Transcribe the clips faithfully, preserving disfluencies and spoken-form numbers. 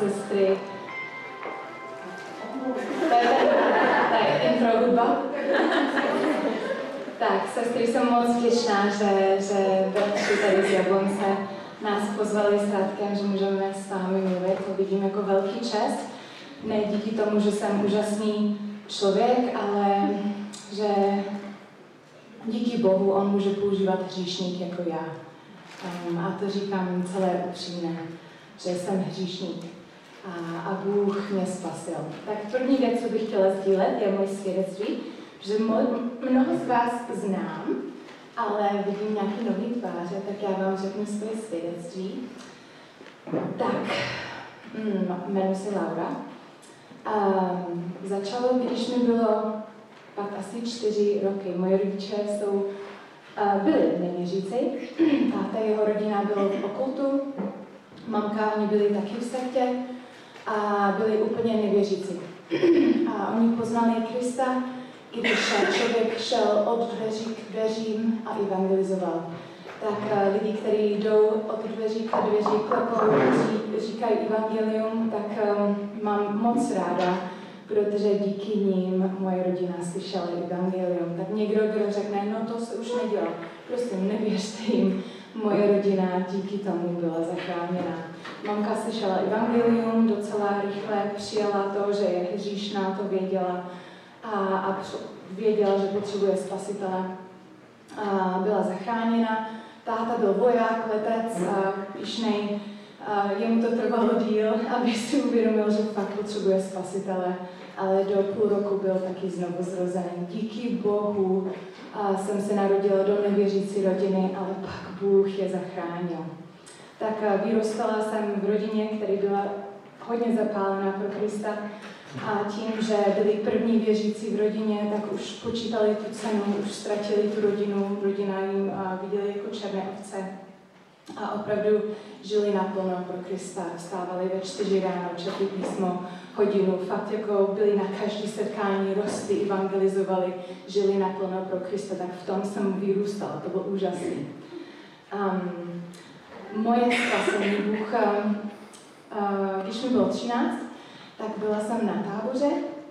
sestry. To je ten intro hudba. Tak, sestry, jsem moc vděčná, že, že bratři tady z Jablonce nás pozvali s Radkem, že můžeme s vámi mluvit. To vidím jako velký čest. Ne díky tomu, že jsem úžasný člověk, ale že díky Bohu on může používat hříšník jako já. Um, a to říkám celé upřímné, že jsem hříšník. A, a Bůh mě spasil. Tak první věc, co bych chtěla sdílet, je moje svědectví, že mnoho z vás znám, ale vidím nějaký nový tváře, tak já vám řeknu svoje svědectví. Tak, mm, jmenuji se Laura. Um, začalo, když mi bylo pak asi čtyři roky. Moje rodiče jsou, uh, byli nevěřící, táta jeho rodina bylo v okultu, mamka, oni byli taky v sektě a byli úplně nevěřící. A oni poznali Krista, když člověk šel od dveří k dveřím a evangelizoval. Tak uh, lidi, kteří jdou od dveří k dveří, klepou, říkají evangelium, tak um, mám moc ráda, protože díky ním moje rodina slyšela evangelium. Tak někdo, kdo řekne, no to se už nedělá, prosím, nevěřte jim. Moje rodina díky tomu byla zachráněna. Mamka slyšela evangelium, docela rychle přijala to, že je hříšná, to věděla a, a věděla, že potřebuje spasitele. A byla zachráněna. Táta byl voják, letec, pyšnej. Jemu to trvalo díl, aby si uvědomil, že fakt potřebuje spasitele, ale do půl roku byl taky znovu zrozen. Díky Bohu jsem se narodila do nevěřící rodiny, ale pak Bůh je zachránil. Tak vyrůstala jsem v rodině, která byla hodně zapálená pro Krista a tím, že byli první věřící v rodině, tak už počítali tu cenu, už ztratili tu rodinu, rodina jim viděli jako černé ovce. A opravdu žili naplno pro Krista. Vstávali ve čtyři ráno, četli písmo, hodinu, fakt jako byli na každý setkání, rostli, evangelizovali, žili naplno pro Krista, tak v tom jsem vyrůstala, to bylo úžasné. Um, moje spasení Bůh, uh, když mi bylo třináct, tak byla jsem na táboře,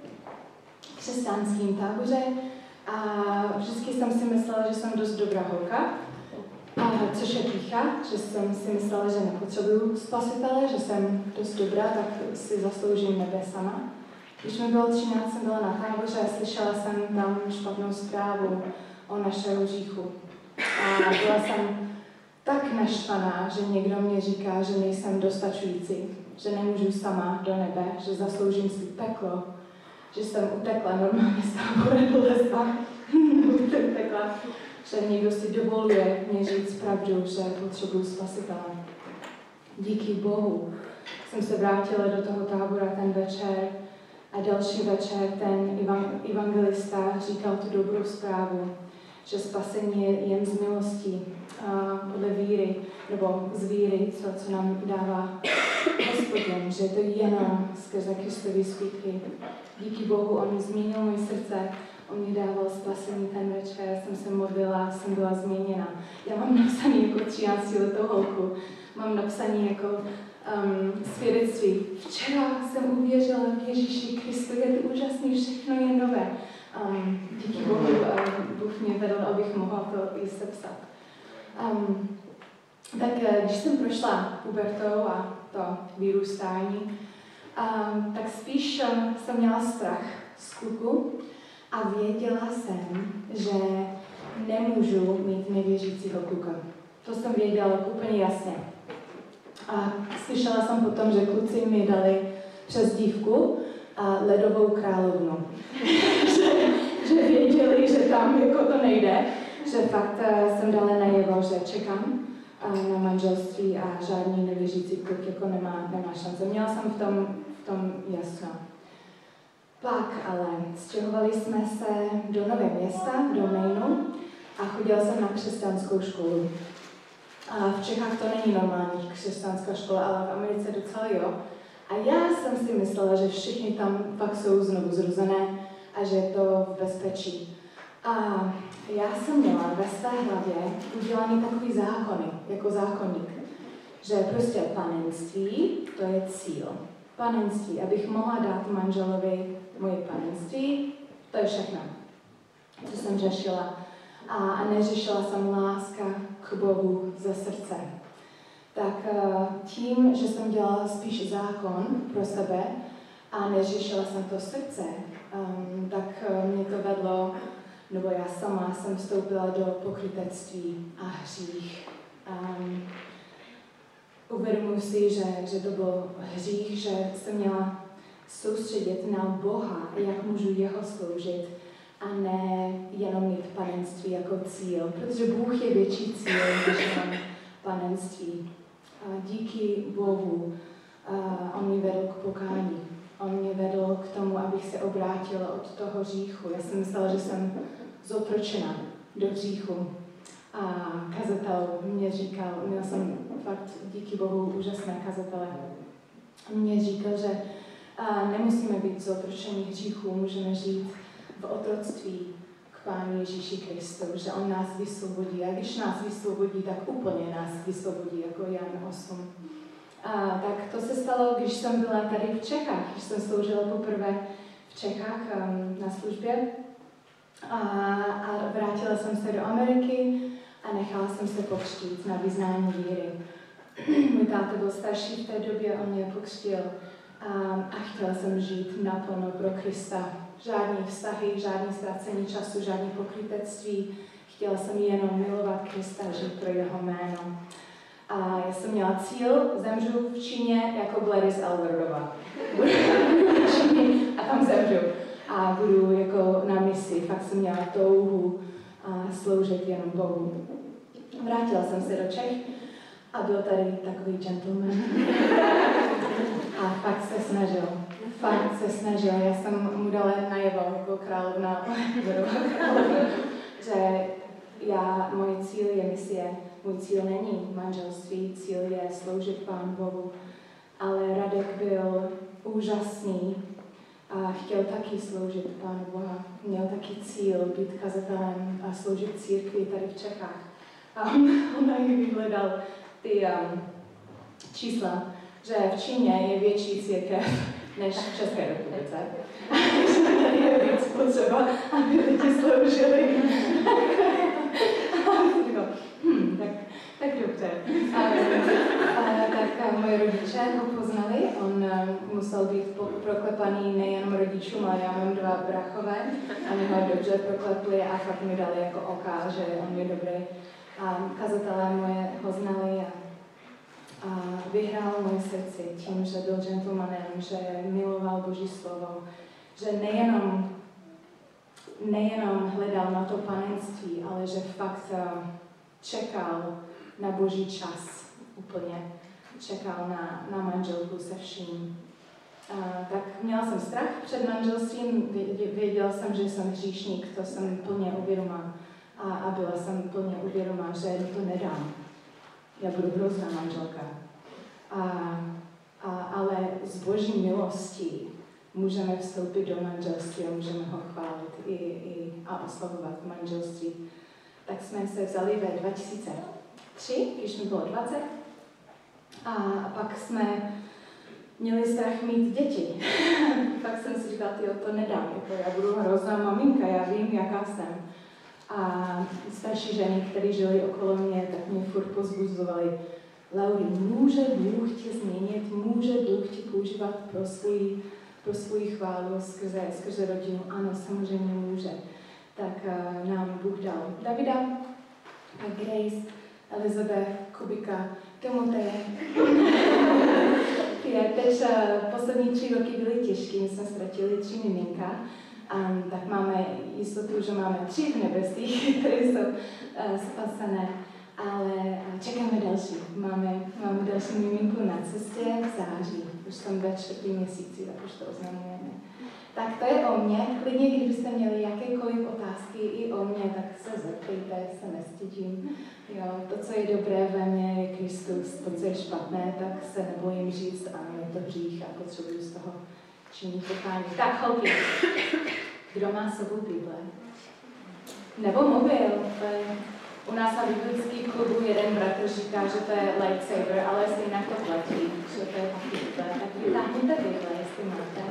křesťanském táboře a vždycky jsem si myslela, že jsem dost dobrá holka. A což je pýcha, že jsem si myslela, že nepotřebuju spasitele, že jsem dost dobrá, tak si zasloužím nebe sama. Když mi bylo třináct, jsem byla na táboře a slyšela jsem tam špatnou zprávu o našeho hříchu. A byla jsem tak naštvaná, že někdo mě říká, že nejsem dostačující, že nemůžu sama do nebe, že zasloužím si peklo, že jsem utekla normálně z tábora do lesa, utekla. Že někdo si dovoluje mě říct pravdu, že potřebuji spasitele. Díky Bohu jsem se vrátila do toho tábora ten večer a další večer ten evangelista říkal tu dobrou zprávu, že spasení je jen z milosti, podle víry, nebo z víry, co, co nám dává Hospodin, že je to jenom skrze Kristovy skutky. Díky Bohu on mi změnil moje srdce, on mi dával spasení ten večer, jsem se modlila, jsem byla změněna. Já mám napsaný jako třináctiletou holku, mám napsaný jako um, svědectví. Včera jsem uvěřila v Ježíši Kristu, je to úžasný, všechno je nové. Um, díky Bohu, um, Bůh mě vedl, abych mohla to i sepsat. Um, tak když jsem prošla pubertou a to vyrůstání, um, tak spíš um, jsem měla strach z kluku a věděla jsem, že nemůžu mít nevěřícího kluka. To jsem věděla úplně jasně. A slyšela jsem potom, že kluci mi dali přes dívku a ledovou královnu. že, že věděli, že tam jako to nejde, že fakt jsem dala najevo, že čekám na manželství a žádný nevěřící kluk jako nemá, nemá šance. Měla jsem v tom, v tom jasno. Pak ale stěhovali jsme se do Nové města, do Mainu a chodila jsem na křesťanskou školu. A v Čechách to není normální křesťanská škola, ale v Americe docela jo. A já jsem si myslela, že všichni tam pak jsou znovu zrozené a že je to v bezpečí. A já jsem měla ve své hlavě udělaný takový zákony, jako zákonník, že prostě panenství, to je cíl. panenství, abych mohla dát manželovi moje panenství, to je všechno, co jsem řešila. A, a neřešila jsem láska k Bohu ze srdce. Tak tím, že jsem dělala spíš zákon pro sebe a neřešila jsem to srdce, um, tak mě to vedlo, nebo já sama jsem vstoupila do pokrytectví a hřích. Um, uvědomuji si, že, že to byl hřích, že jsem měla soustředit na Boha, jak můžu jeho sloužit, a ne jenom mít panenství jako cíl, protože Bůh je větší cíl než jenom panenství. A díky Bohu a on mě vedl k pokání. On mě vedl k tomu, abych se obrátila od toho hříchu. Já jsem myslela, že jsem zotročena do hříchu. A kazatel mě říkal, měl jsem fakt díky Bohu úžasné kazatele. On mě říkal, že nemusíme být zotročení hříchu, můžeme žít v otroctví k Pánu Ježíši Kristu, že on nás vysvobodí. A když nás vysvobodí, tak úplně nás vysvobodí, jako Jan osm. A tak to se stalo, když jsem byla tady v Čechách, když jsem sloužila poprvé v Čechách um, na službě. A, a vrátila jsem se do Ameriky a nechala jsem se pokřtít na vyznání víry. Můj táta byl starší v té době, on mě pokřtil a, a chtěla jsem žít naplno pro Krista. Žádný vztahy, žádný ztracení času, žádný pokrytectví. Chtěla jsem jenom milovat Krista, žít pro jeho jméno. A já jsem měla cíl, zemřu v Číně jako Gladys Alwardová. Budu v Číně a tam zemřu. A budu jako na misi, fakt jsem měla touhu a sloužit jenom Bohu. Vrátila jsem se do Čech a byl tady takový gentleman. A fakt se snažil. Fakt se snažil. Já jsem mu dala najevo jako královna, že já, můj cíl je misie, můj cíl není manželství, cíl je sloužit Pánu Bohu. Ale Radek byl úžasný a chtěl taky sloužit Pánu Boha. Měl taky cíl být kazatelem a sloužit církvi tady v Čechách. A on, on taky vyhledal ty um, čísla, že v Číně je větší církev než v České republice. A tady je víc potřeba, aby lidi sloužili. hm, tak, tak dobře. A, a, tak moje rodiče ho poznali. On uh, musel být proklepaný nejen rodičům, ale já mám dva brachové. A mi ho dobře proklepli a fakt mi dali jako oka, že on je dobrý. A kazatelé moje ho znali a, a vyhrál moje srdci tím, že byl gentlemanem, že miloval Boží slovo, že nejenom, nejenom hledal na to panenství, ale že fakt uh, čekal na Boží čas úplně. Čekal na, na manželku se vším. Uh, tak měla jsem strach před manželstvím, věděla jsem, že jsem hříšník, to jsem plně uvědomila. A, a byla jsem plně uvědomá, že to nedám. Já budu hrozná manželka. A, a, ale z Boží milostí můžeme vstoupit do manželství a můžeme ho chválit i, i, a oslavovat v manželství. Tak jsme se vzali ve dva tisíce tři, když mi bylo dvacet. A, a pak jsme měli strach mít děti. Pak jsem si říkala, jo, to nedám. Jako já budu hrozná maminka, já vím, jaká jsem. A starší ženy, které žily okolo mě, tak mě furt pozbuzovali. Lauri, může Bůh tě změnit, může Bůh tě používat pro svůj, pro svůj chválu skrze, skrze rodinu. Ano, samozřejmě může. Tak uh, nám Bůh dal Davida, a Grace, Elizabeth, Kubika, Timoteje. Teď uh, poslední tři roky byly těžké, my jsme ztratili tři miminka. Um, tak máme jistotu, že máme tři v nebesích, které jsou uh, spasené, ale uh, čekáme další. Máme, máme další miminku na cestě v září. Už jsem ve čtvrtý měsíci, tak už to oznamujeme. Tak to je o mně. Klidně, kdybyste měli jakékoliv otázky i o mě, tak se zeptejte, se nestydím. Jo, to, co je dobré ve mně, je Kristus. To, co je špatné, tak se nebojím říct, ano, je to hřích a potřebuji z toho činit pokání. Tak, holky, kdo má sebou Bible? Nebo mobil? U nás na biblický klubu jeden bratr říká, že to je lightsaber, ale stejně to platí, že to je taky Bible. Tak vytáhněte Stáhněte Bible, jestli máte.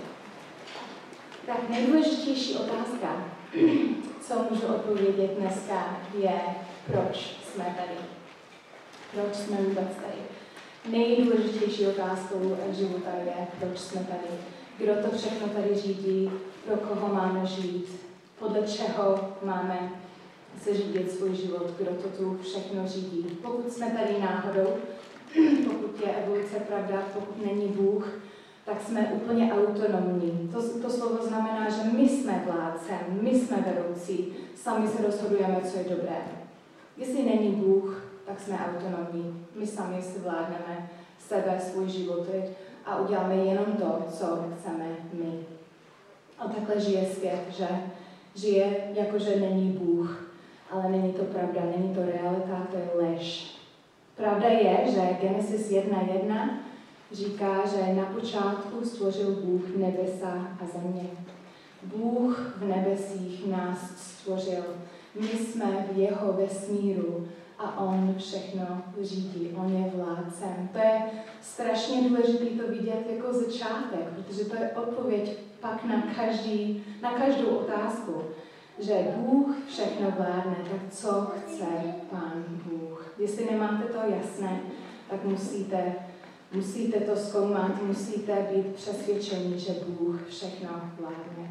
Tak nejdůležitější otázka, co můžu odpovědět dneska, je, proč jsme tady. Proč jsme vůbec tady. Nejdůležitější otázkou života je, proč jsme tady. Kdo to všechno tady řídí, pro koho máme žít, podle čeho máme se řídit svůj život, kdo to tu všechno řídí. Pokud jsme tady náhodou, pokud je evoluce pravda, pokud není Bůh, tak jsme úplně autonomní. To, to slovo znamená, že my jsme vládcem, my jsme vedoucí, sami se rozhodujeme, co je dobré. Jestli není Bůh, tak jsme autonomní. My sami si vládneme sebe, svůj životy a uděláme jenom to, co chceme my. A takhle žije svět, že žije jako, že není Bůh, ale není to pravda, není to realita, to je lež. Pravda je, že Genesis jedna jedna říká, že na počátku stvořil Bůh nebesa a země. Bůh v nebesích nás stvořil. My jsme v jeho vesmíru a on všechno řídí. On je vládcem. To je strašně důležité to vidět jako začátek, protože to je odpověď pak na, každý, na každou otázku. Že Bůh všechno vládne, tak co chce Pán Bůh? Jestli nemáte to jasné, tak musíte, musíte to zkoumat, musíte být přesvědčeni, že Bůh všechno vládne.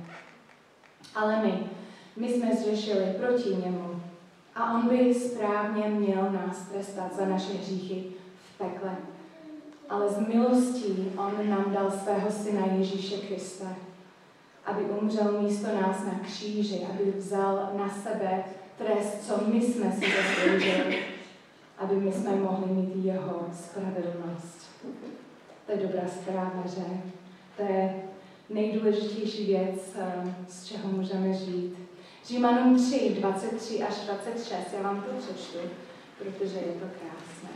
Ale my, my jsme zřešili proti němu a on by správně měl nás trestat za naše hříchy v pekle. Ale z milostí on nám dal svého syna Ježíše Krista, aby umřel místo nás na kříži, aby vzal na sebe trest, co my jsme si zasloužili, aby my jsme mohli mít jeho spravedlnost. To je dobrá zpráva, že? To je nejdůležitější věc, z čeho můžeme žít. Římanům tři, dvacet tři až dvacet šest, já vám to přečtu, protože je to krásné.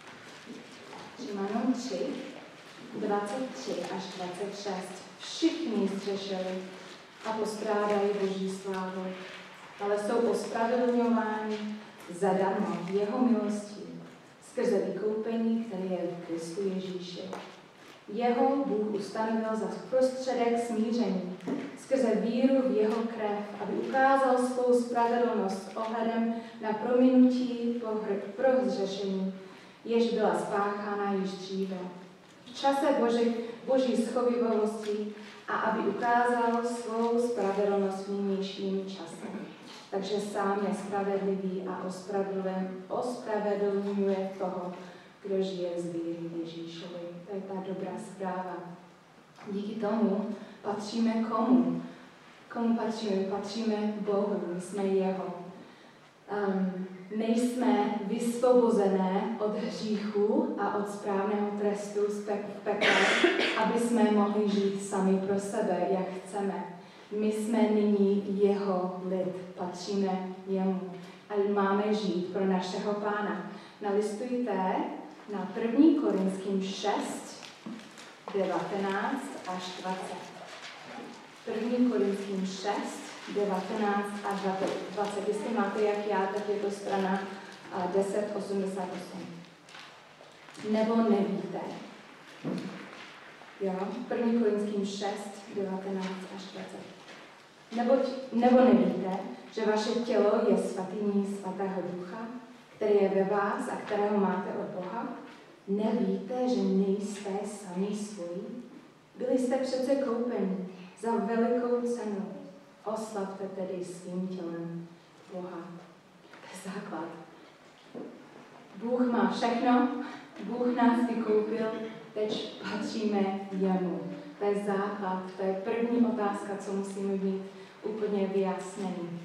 Římanům tři, dvacet tři až dvacet šest. Všichni zřešili a postrádají Boží slávu, ale jsou ospravedlňováni zadarmo jeho milostí, skrze vykoupení, které je v Kristu Ježíši. Jeho Bůh ustanovil za prostředek smíření, skrze víru v jeho krev, aby ukázal svou spravedlnost ohledem na prominutí pro zřešení, jež byla spáchána již dříve. V čase Boží, Boží schovivavosti a aby ukázal svou spravedlnost v nynějším čase. Takže sám je spravedlivý a ospravedlňuje toho, kdo žije z víry Ježíšovi. To je ta dobrá zpráva. Díky tomu patříme komu? Komu patříme? Patříme Bohu, my jsme jeho. Um, nejsme vysvobozené od hříchu a od správného trestu v pekle, aby jsme mohli žít sami pro sebe, jak chceme. My jsme nyní jeho lid, patříme jemu a máme žít pro našeho Pána. Nalistujte na první Korinským šest, devatenáct až dvacet. první Korinským šest, devatenáct a dvacet. Jestli máte jak já, tak je to strana deset osmdesát osm. Nebo nevíte. Jo? první Korinským šest, devatenáct až dvacet. Neboť, nebo nevíte, že vaše tělo je svatyní svatého ducha, který je ve vás a kterého máte od Boha? Nevíte, že nejste sami svoji? Byli jste přece koupeni za velikou cenu. Oslavte tedy svým tělem Boha. To je základ. Bůh má všechno, Bůh nás vykoupil, teď patříme jemu. To je základ, to je první otázka, co musíme být úplně vyjasněný.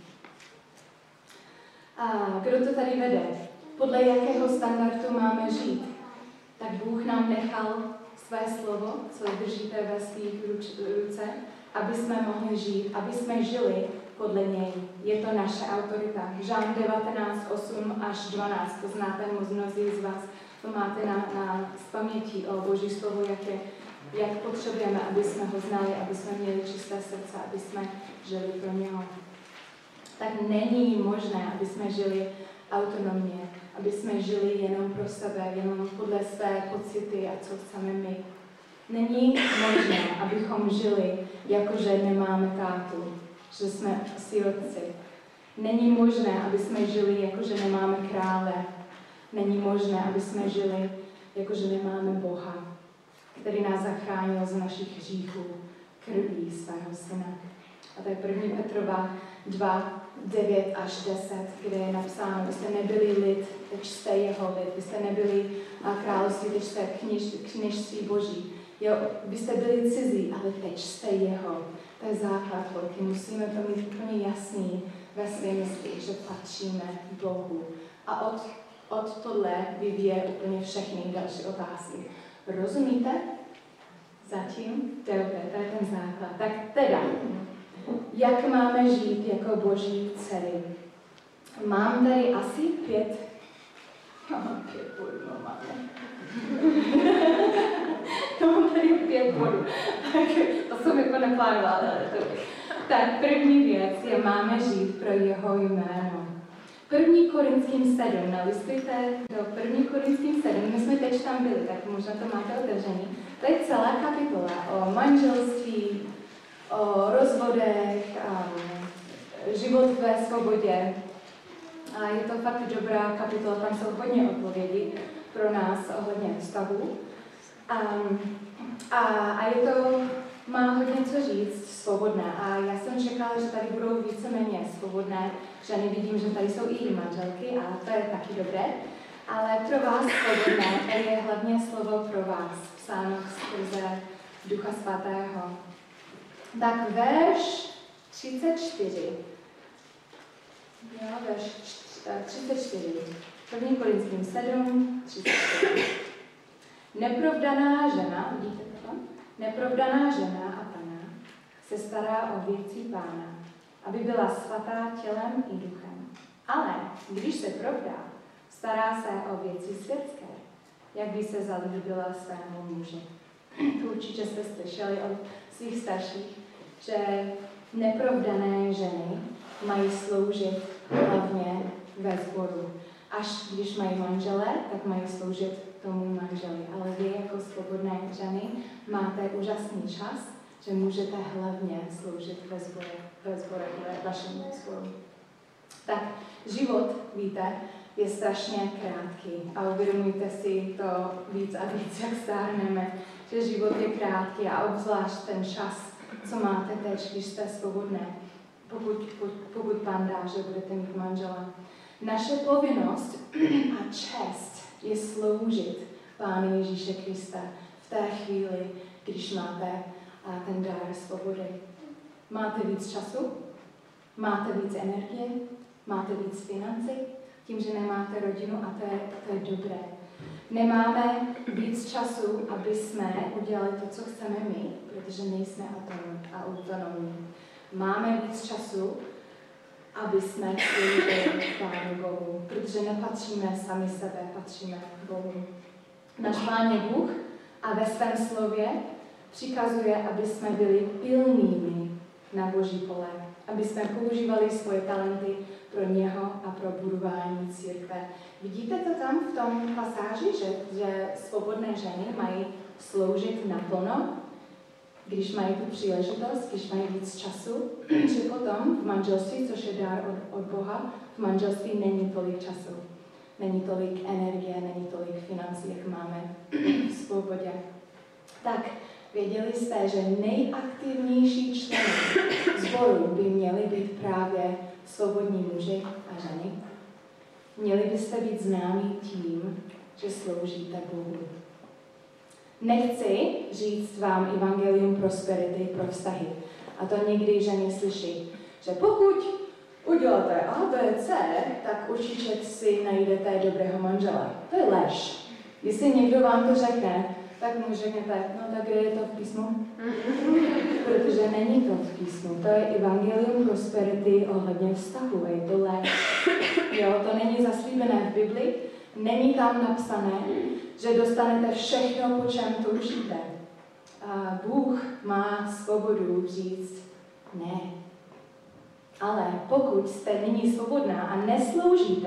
A kdo to tady vede? Podle jakého standardu máme žít? Tak Bůh nám nechal své slovo, co držíte ve svých ruce, aby jsme mohli žít, aby jsme žili podle něj. Je to naše autorita. Žán devatenáct, osm až dvanáct, to znáte mnozí z vás, to máte na, na paměti o Boží slovo, jak, je, jak potřebujeme, aby jsme ho znali, aby jsme měli čisté srdce, aby jsme žili pro něho. Tak není možné, aby jsme žili autonomně, aby jsme žili jenom pro sebe, jenom podle své pocity a co chceme my. Není možné, abychom žili, jakože nemáme tátu, že jsme sirotci. Není možné, aby jsme žili, jakože nemáme krále. Není možné, aby jsme žili, jakože nemáme Boha, který nás zachránil z našich hříchů krví svého syna. A to je první Petrova dva, devět až deset, kde je napsáno, vy jste nebyli lid, teď jste jeho lid, vy jste nebyli království, teď jste kněž, kněžství Boží. Jo, vy jste byli cizí, ale teď jste jeho. To je základ, holky. Musíme to mít úplně jasný ve své mysli, že patříme Bohu. A od, od tohle vyvíje úplně všechny další otázky. Rozumíte? Zatím? Dobře, to je ten základ. Tak teda, jak máme žít jako Boží dcery? Mám tady asi pět, já mám pět bodů, no máme. To mám tady pět bodů. To jsem jako neplánovala, ale to. Tak první věc je, máme žít pro jeho jméno. První Korinským sedm, nalistujte do první Korinským sedm, my jsme teď tam byli, tak možná to máte otevřený. To je celá kapitola o manželství, o rozvodech, um, život ve svobodě. A je to fakt dobrá kapitola, tam jsou hodně odpovědí pro nás ohledně vztahu. Um, a, a je to, má hodně co říct, svobodné. A já jsem čekala, že tady budou víceméně svobodné ženy. Vidím, že tady jsou i manželky a to je taky dobré. Ale pro vás svobodné, to je hlavně slovo pro vás, psáno skrze Ducha Svatého. Tak verš třicet čtyři. Jo, verš třicet čtyři. první Korinským sedm, třicet čtyři. Neprovdaná žena, vidíte to tam? Neprovdaná žena a pana se stará o věci Pána, aby byla svatá tělem i duchem. Ale když se provdá, stará se o věci světské, jak by se zalíbila svému muži. Určitě jste slyšeli od svých starších, že neprovdané ženy mají sloužit hlavně ve sboru. Až když mají manžele, tak mají sloužit tomu manželi. Ale vy jako svobodné ženy máte úžasný čas, že můžete hlavně sloužit ve sboru, ve sboru, ve vašem sboru. Tak život, víte, je strašně krátký a uvědomujte si to víc a víc, jak stárneme, že život je krátký a obzvlášť ten čas, co máte teď, když jste svobodné, pokud, pokud Pán dá, že budete mít manžela. Naše povinnost a čest je sloužit Pánu Ježíše Krista v té chvíli, když máte ten dar svobody. Máte víc času? Máte víc energie? Máte víc financí? Tím, že nemáte rodinu a to je, to je dobré. Nemáme víc času, aby jsme udělali to, co chceme my, protože nejsme autonomní. Máme víc času, aby jsme sloužili Pánu Bohu, protože nepatříme sami sebe, patříme Bohu. Náš Pán je Bůh a ve svém slově přikazuje, aby jsme byli pilnými na Boží pole, aby jsme používali svoje talenty pro něho a pro budování církve. Vidíte to tam v tom pasáži, že, že svobodné ženy mají sloužit naplno, když mají tu příležitost, když mají víc času, že potom v manželství, což je dár od, od Boha, v manželství není tolik času, není tolik energie, není tolik financí, jak máme v svobodě. Tak, věděli jste, že nejaktivnější členy sboru by měli být právě svobodní muži a ženy? Měli byste být známí tím, že sloužíte Bohu. Nechci říct vám evangelium prosperity pro vztahy. A to někdy ženy slyší, že pokud uděláte A, B, C, tak určitě si najdete dobrého manžela. To je lež. Jestli někdo vám to řekne, tak mu řeknete, no tak kde je to v písmu? Protože není to v písmu. To je evangelium prosperity ohledně vztahu. Je to lež. Jo, to není zaslíbené v Bibli. Není tam napsané, že dostanete všechno, po čem toužíte. A Bůh má svobodu říct ne. Ale pokud jste nyní svobodná a nesloužíte,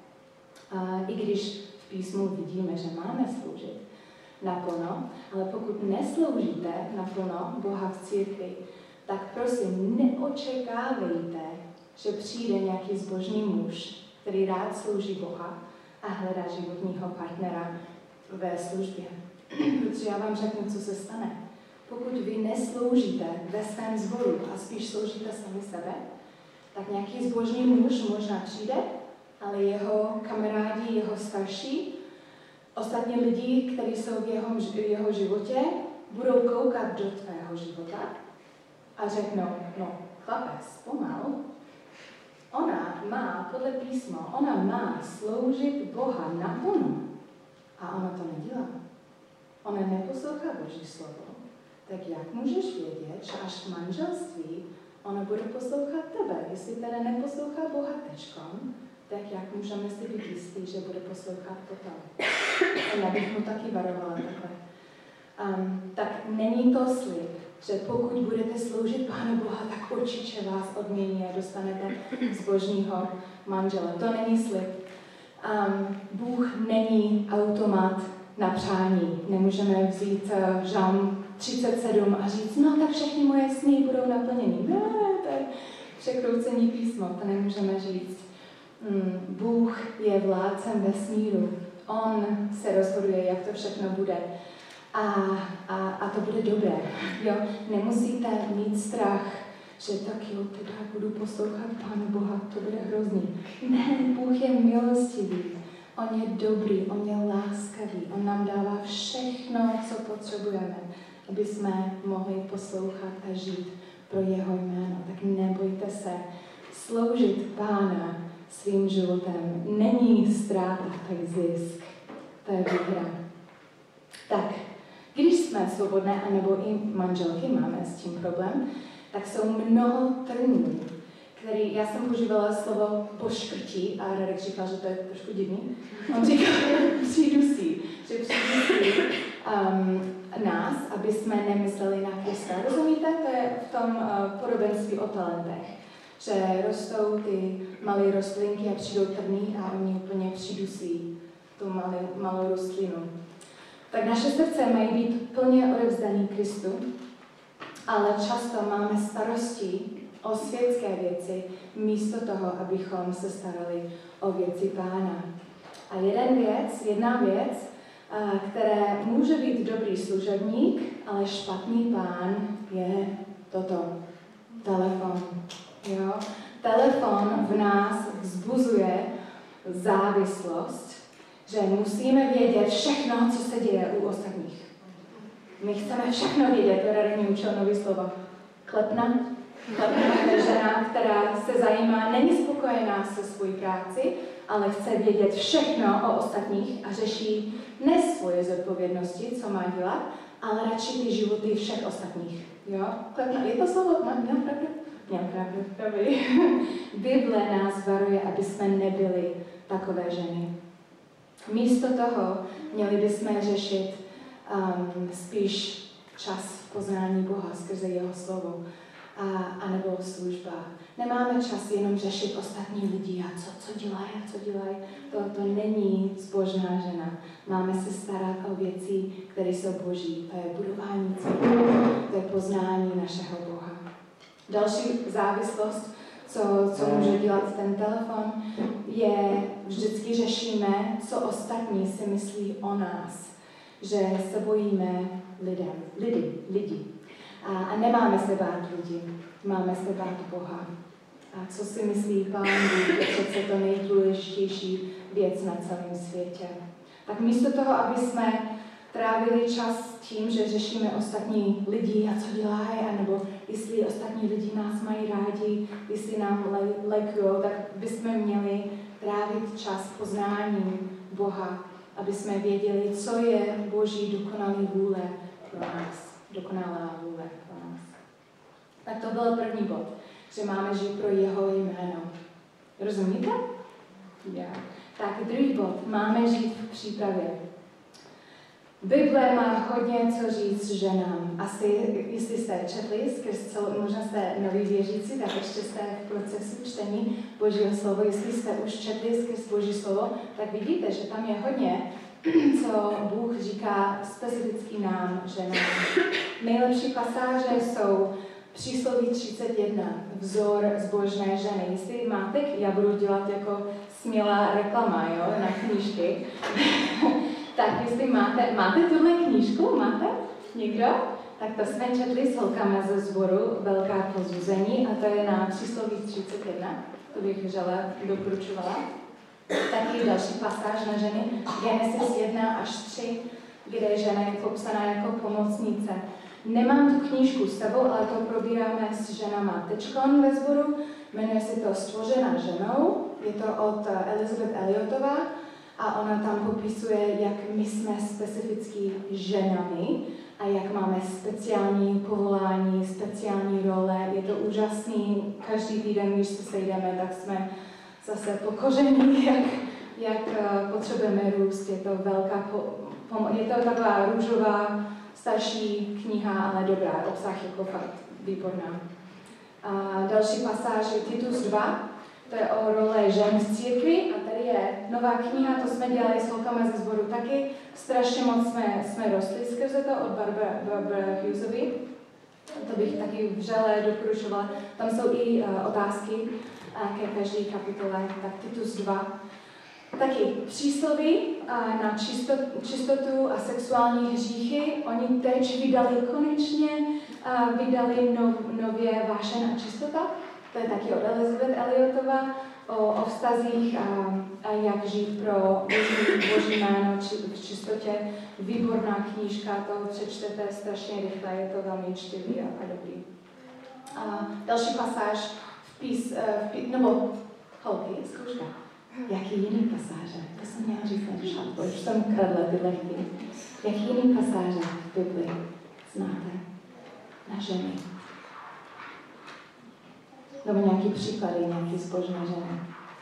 a i když v písmu vidíme, že máme sloužit naplno, ale pokud nesloužíte naplno Boha v církvi, tak prosím, neočekávejte, že přijde nějaký zbožný muž, který rád slouží Boha a hledá životního partnera ve službě. Protože já vám řeknu, co se stane. Pokud vy nesloužíte ve svém sboru a spíš sloužíte sami sebe, tak nějaký zbožný muž možná přijde, ale jeho kamarádi, jeho starší, ostatní lidi, kteří jsou v jeho, jeho životě, budou koukat do tvého života a řeknou, no chlapec, pomal, ona má, podle písma, ona má sloužit Boha naplno. A ona to nedělá. Ona neposlouchá Boží slovo. Tak jak můžeš vědět, že až v manželství ona bude poslouchat tebe? Jestli teda neposlouchá Boha tečkom, tak jak můžeme si být jistý, že bude poslouchat potom? Já bych mu taky varovala takhle. Um, tak není to slib, že pokud budete sloužit Pánu Boha, tak určitě vás odmění a dostanete zbožního manžela. To není slib. Um, Bůh není automat na přání. Nemůžeme vzít uh, Žalm třicet sedm a říct, no tak všechny moje sny budou naplněny. Ne, to je překroucení písmo, to nemůžeme říct. Um, Bůh je vládcem vesmíru. On se rozhoduje, jak to všechno bude. A, a, a to bude dobré. Jo? Nemusíte mít strach, že tak jo, teda budu poslouchat Pána Boha, to bude hrozný. Ne, Bůh je milostivý, on je dobrý, on je láskavý, on nám dává všechno, co potřebujeme, aby jsme mohli poslouchat a žít pro jeho jméno. Tak nebojte se, sloužit Pána svým životem není ztráta, to je zisk, to je výhra. Tak, když jsme svobodné, anebo i manželky máme s tím problém, tak jsou mnoho trnů, který, já jsem používala slovo poškrtí a Radek říkal, že to je trošku divný. On říkal, přidusí, že přidusí um, nás, aby jsme nemysleli na Krista. Rozumíte? To je v tom uh, podobenství o talentech, že rostou ty malé rostlinky a přijdou trny a oni úplně přidusí tu malou, malou rostlinu. Tak naše srdce mají být plně odevzdaný Kristu, ale často máme starosti o světské věci, místo toho, abychom se starali o věci Pána. A jeden věc, jedna věc, které může být dobrý služebník, ale špatný pán, je toto. Telefon. Jo? Telefon v nás vzbuzuje závislost, že musíme vědět všechno, co se děje u ostatních. My chceme všechno vědět, to Radek mě učil nový slovo. Klepna. Klepna je žena, která se zajímá, není spokojená se svojí práci, ale chce vědět všechno o ostatních a řeší ne svoje zodpovědnosti, co má dělat, ale radši ty životy všech ostatních. Jo? Klepna, je to slovo? Měl pravdu? Měl pravdu, pravdu. Bible nás varuje, aby jsme nebyli takové ženy. Místo toho měli bychom řešit um, spíš čas v poznání Boha skrze jeho slovo a, a nebo služba. Nemáme čas jenom řešit ostatní lidi a co, co dělají a co dělají. To, to není zbožná žena. Máme se starat o věci, které jsou boží. To je budování církve, to je poznání našeho Boha. Další závislost, co, co může dělat ten telefon, je, vždycky řešíme, co ostatní si myslí o nás. Že se bojíme lidem, lidi, lidi. A, a nemáme se bát lidí, máme se bát Boha. A co si myslí Pán Bůh, je přece to nejdůležitější věc na celém světě. Tak místo toho, aby jsme trávili čas tím, že řešíme ostatní lidi a co dělají, anebo jestli ostatní lidi nás mají rádi, jestli nám lajkujou, tak bychom měli trávit čas poznáním Boha, aby jsme věděli, co je Boží dokonalý vůle pro nás. Dokonalá vůle pro nás. Tak to byl první bod, že máme žít pro jeho jméno. Rozumíte? Yeah. Tak druhý bod, máme žít v přípravě. Bible má hodně co říct ženám. Asi, jestli jste četli skrz celou, možná jste noví věřící, tak ještě jste v procesu čtení Božího slovo. Jestli jste už četli skrz Boží slovo, tak vidíte, že tam je hodně co Bůh říká specificky nám, ženám. Nejlepší pasáže jsou Přísloví třicet jedna, vzor zbožné ženy. Jestli máte, já budu dělat jako smělá reklama, jo, na knížky. Tak jestli máte, máte tuhle knížku, máte? Někdo? Tak to jsme četli s holkama ze sboru Velká pozbuzení a to je na Přísloví třicet jedna, to bych vřele doporučovala. Taky další pasáž na ženy, Genesis jedna až tři, kde žena je popsaná jako pomocnice. Nemám tu knížku s sebou, ale to probíráme s ženama tečkon ve sboru. Jmenuje se to Stvořená ženou, je to od Elizabeth Elliotová a ona tam popisuje, jak my jsme specificky ženami a jak máme speciální povolání, speciální role. Je to úžasný, každý týden, když se sejdeme, tak jsme zase pokoření, jak, jak potřebujeme růst. Je to velká pomoc, je to taková růžová, starší kniha, ale dobrá, obsah jako fakt výborná. A další pasáž je Titus dva, to je o role žen v církvi a tady je nová kniha, to jsme dělali s holkama ze sboru taky. Strašně moc jsme, jsme rostli skrze to od Barbara, Barbara Hughesovy. To bych taky vřele doporučovala. Tam jsou i uh, otázky uh, ke každé kapitole, tak Titus dva. Taky přísloví uh, na čistot, čistotu a sexuální hříchy. Oni teď vydali konečně, uh, vydali nov, nově Vášeň a čistota. To je taky od Elizabeth Elliotová o, o vztazích a, a jak žít pro boží, boží jméno či, v čistotě. Výborná knížka, to přečtete strašně rychle, je to velmi čtivý a, a dobrý. A další pasáž v pís, v pís, nebo holky, zkouška. Jaký jiný pasáže? To jsem měla říct na šatku, už jsem kradla tyhle chvíli. Jaký jiný pasáže v Biblii znáte na ženy? Nebo nějaký příklady, nějaký zbožné ženy.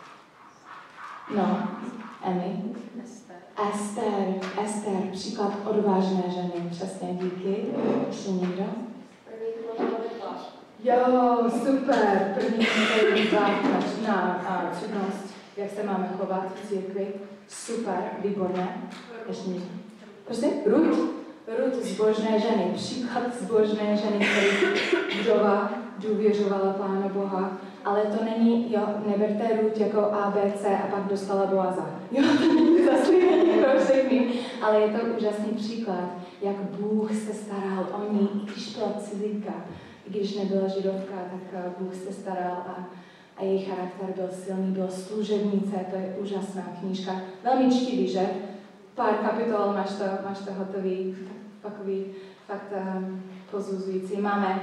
No, Emmy. Ester. Ester, Ester, příklad odvážné ženy, přesně, díky. Ještě někdo? První modlitba. Jo, super, první modlitba na přednost, jak se máme chovat v církvi. Super, výborné. Ještě někdo? Prosím, Ruth. Ruth, zbožné ženy, příklad zbožné ženy, který vdova důvěřovala Pánu Boha, ale to není, jo, neberte Ruth jako A B C a pak dostala Boaza. Jo, to není zaslíbení pro všechny, ale je to úžasný příklad, jak Bůh se staral o ní, i když byla cizinka, i když nebyla židovka, tak Bůh se staral a, a její charakter byl silný, byl služebnice, to je úžasná knížka, velmi čtivý, že? Pár kapitol, máš to, máš to hotový, takový fakt um, pozuzující. Máme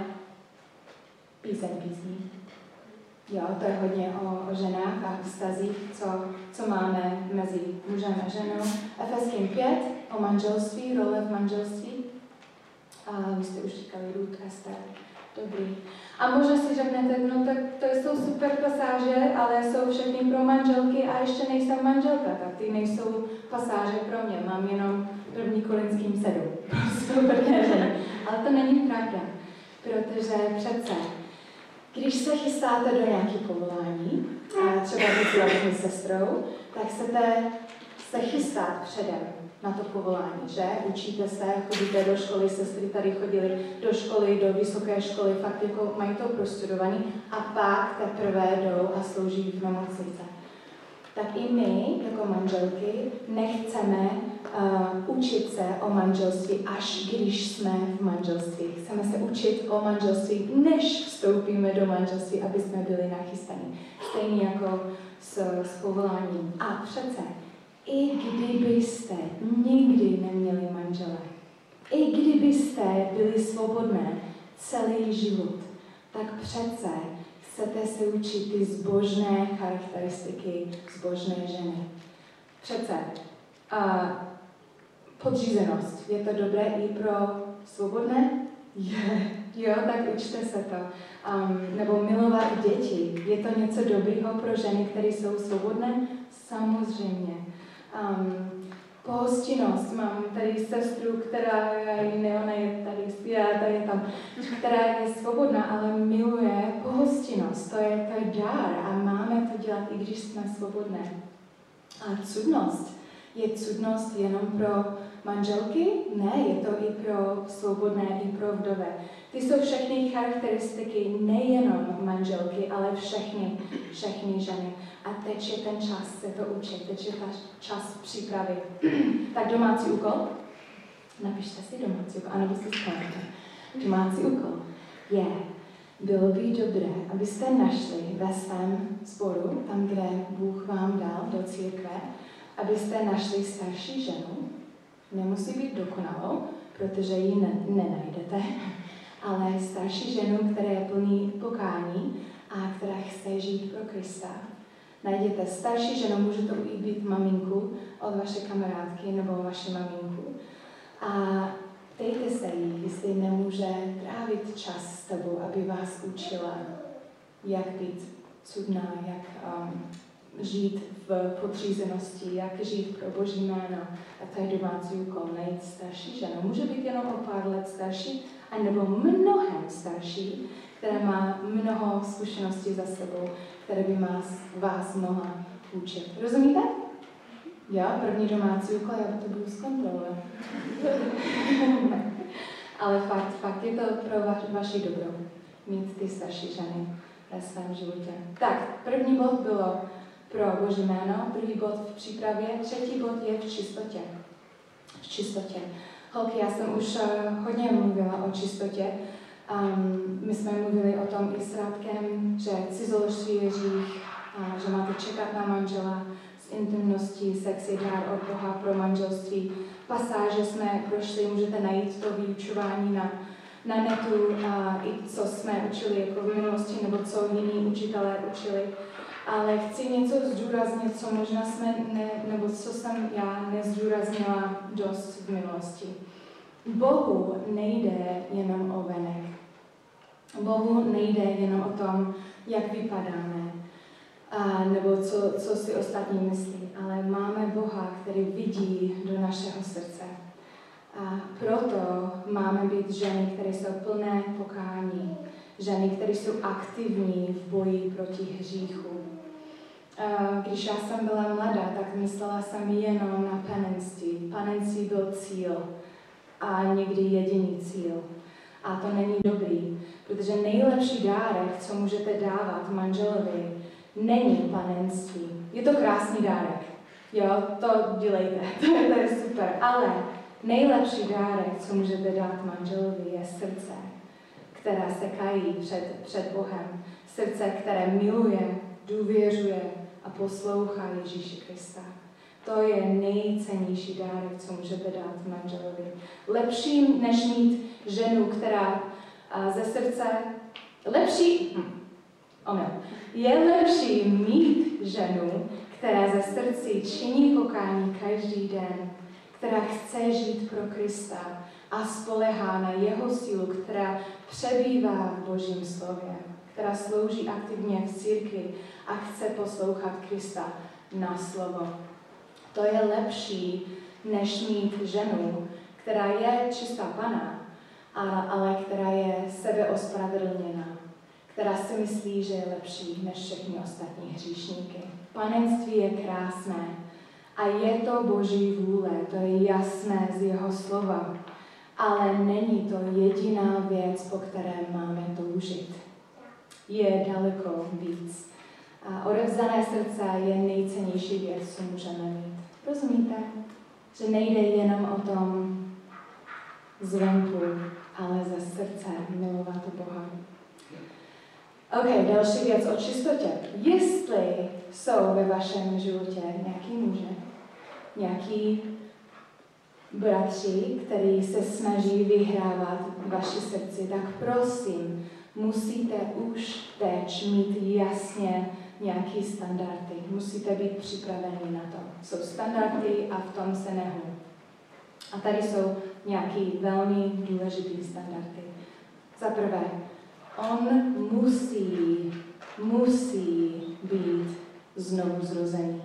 píseň písní. Jo, to je hodně o, o ženách a vztazích, co, co máme mezi mužem a ženou. Efeským pět o manželství, role v manželství. A vy jste už říkali Ruth, Ester. Dobrý. A možná si řeknete, no tak to jsou super pasáže, ale jsou všechny pro manželky a ještě nejsem manželka, tak ty nejsou pasáže pro mě. Mám jenom první Korinským sedm. Super ženy. Ale to není pravda, protože přece když se chystáte do nějaké povolání, třeba s sestrou, tak chcete se chystat předem na to povolání, že? Učíte se, chodíte do školy, sestry tady chodily do školy, do vysoké školy, fakt jako mají to prostudovaný a pak teprve jdou a slouží v nemocnice. Tak i my, jako manželky, nechceme uh, učit se o manželství, až když jsme v manželství. Chceme se učit o manželství, než vstoupíme do manželství, aby jsme byli nachystaní. Stejně jako s, s povoláním. A přece, i kdybyste nikdy neměli manžele, i kdybyste byli svobodné celý život, tak přece chcete se učit ty zbožné charakteristiky zbožné ženy. Přece a podřízenost. Je to dobré i pro svobodné? Je. Jo, tak učte se to. Um, nebo milovat děti. Je to něco dobrého pro ženy, které jsou svobodné? Samozřejmě. Um, pohostinnost. Mám tady sestru, která je, ne, ona je tady, já tady je tam, která je svobodná, ale miluje pohostinnost. To je, to je dár a máme to dělat, i když jsme svobodné. A cudnost. Je cudnost jenom pro manželky? Ne, je to i pro svobodné, i pro vdové. Ty jsou všechny charakteristiky nejenom manželky, ale všechny, všechny ženy. A teď je ten čas se to učit, teď je ta čas přípravy. Tak domácí úkol? Napište si domácí úkol, anebo si vzpomněte. Domácí úkol je, bylo by dobré, abyste našli ve svém sboru, tam, kde Bůh vám dal do církve, abyste našli starší ženu. Nemusí být dokonalou, protože ji ne- nenajdete, ale starší ženu, která je plný pokání a která chce žít pro Krista. Najděte starší ženu, může to i být maminku od vaše kamarádky nebo vaši maminku. A ptejte se jí, jestli nemůže trávit čas s tebou, aby vás učila, jak být cudná, jak um, žít v podřízenosti, jak žít pro Boží jméno. A to je domácí úkol, najít starší ženu. Může být jenom o pár let starší, anebo mnohem starší, která má mnoho zkušeností za sebou, které by vás, vás mohla učit. Rozumíte? Jo, první domácí úkol, já to budu zkontrolovat. Ale fakt, fakt je to pro va, vaši dobrou, mít ty starší ženy ve svém životě. Tak, první bod bylo pro Boží jméno, druhý bod v přípravě, třetí bod je v čistotě. V čistotě. Holky, já jsem už uh, hodně mluvila o čistotě. Um, my jsme mluvili o tom i s Rádkem, že cizoložství je hřích, a že máte čekat na manžela, s intimností, sex je dár od Boha pro manželství. Pasáže jsme prošli, můžete najít to vyučování na, na netu, a i co jsme učili jako v minulosti, nebo co jiní učitelé učili. Ale chci něco zdůraznit, co možná jsme, ne, nebo co jsem já nezdůraznila dost v minulosti. Bohu nejde jenom o venek. Bohu nejde jenom o tom, jak vypadáme, a, nebo co, co si ostatní myslí, ale máme Boha, který vidí do našeho srdce. A proto máme být ženy, které jsou plné pokání, ženy, které jsou aktivní v boji proti hříchu. Když já jsem byla mladá, tak myslela jsem jenom na panenství. Panenství byl cíl a někdy jediný cíl. A to není dobrý, protože nejlepší dárek, co můžete dávat manželovi, není panenství. Je to krásný dárek. Jo, to dělejte, to je, to je super. Ale nejlepší dárek, co můžete dát manželovi, je srdce, která se kají před, před Bohem. Srdce, které miluje, důvěřuje a poslouchá Ježíši Krista. To je nejcennější dárek, co můžete dát manželovi. Lepší, než mít ženu, která a, ze srdce... Lepší... Hm, omyl. Je lepší mít ženu, která ze srdci činí pokání každý den, která chce žít pro Krista a spolehá na jeho sílu, která přebývá v Božím slově, která slouží aktivně v církvi a chce poslouchat Krista na slovo. To je lepší, než mít ženu, která je čistá Panna, ale která je sebeospravedlněná, která si myslí, že je lepší než všechny ostatní hříšníky. Panenství je krásné a je to Boží vůle, to je jasné z jeho slova, ale není to jediná věc, po které máme toužit. Je daleko víc. A odevzdané srdce je nejcennější věc, co můžeme mít. Rozumíte? Že nejde jenom o tom zvenku, ale ze srdce milovat Boha. Ok, další věc o čistotě. Jestli jsou ve vašem životě nějaký muže, nějaký bratři, který se snaží vyhrávat vaši srdci, tak prosím, musíte už teď mít jasně nějaký standardy. Musíte být připraveni na to. Jsou standardy a v tom se nehnu. A tady jsou nějaký velmi důležitý standardy. Za prvé, on musí, musí být znovu zrozený.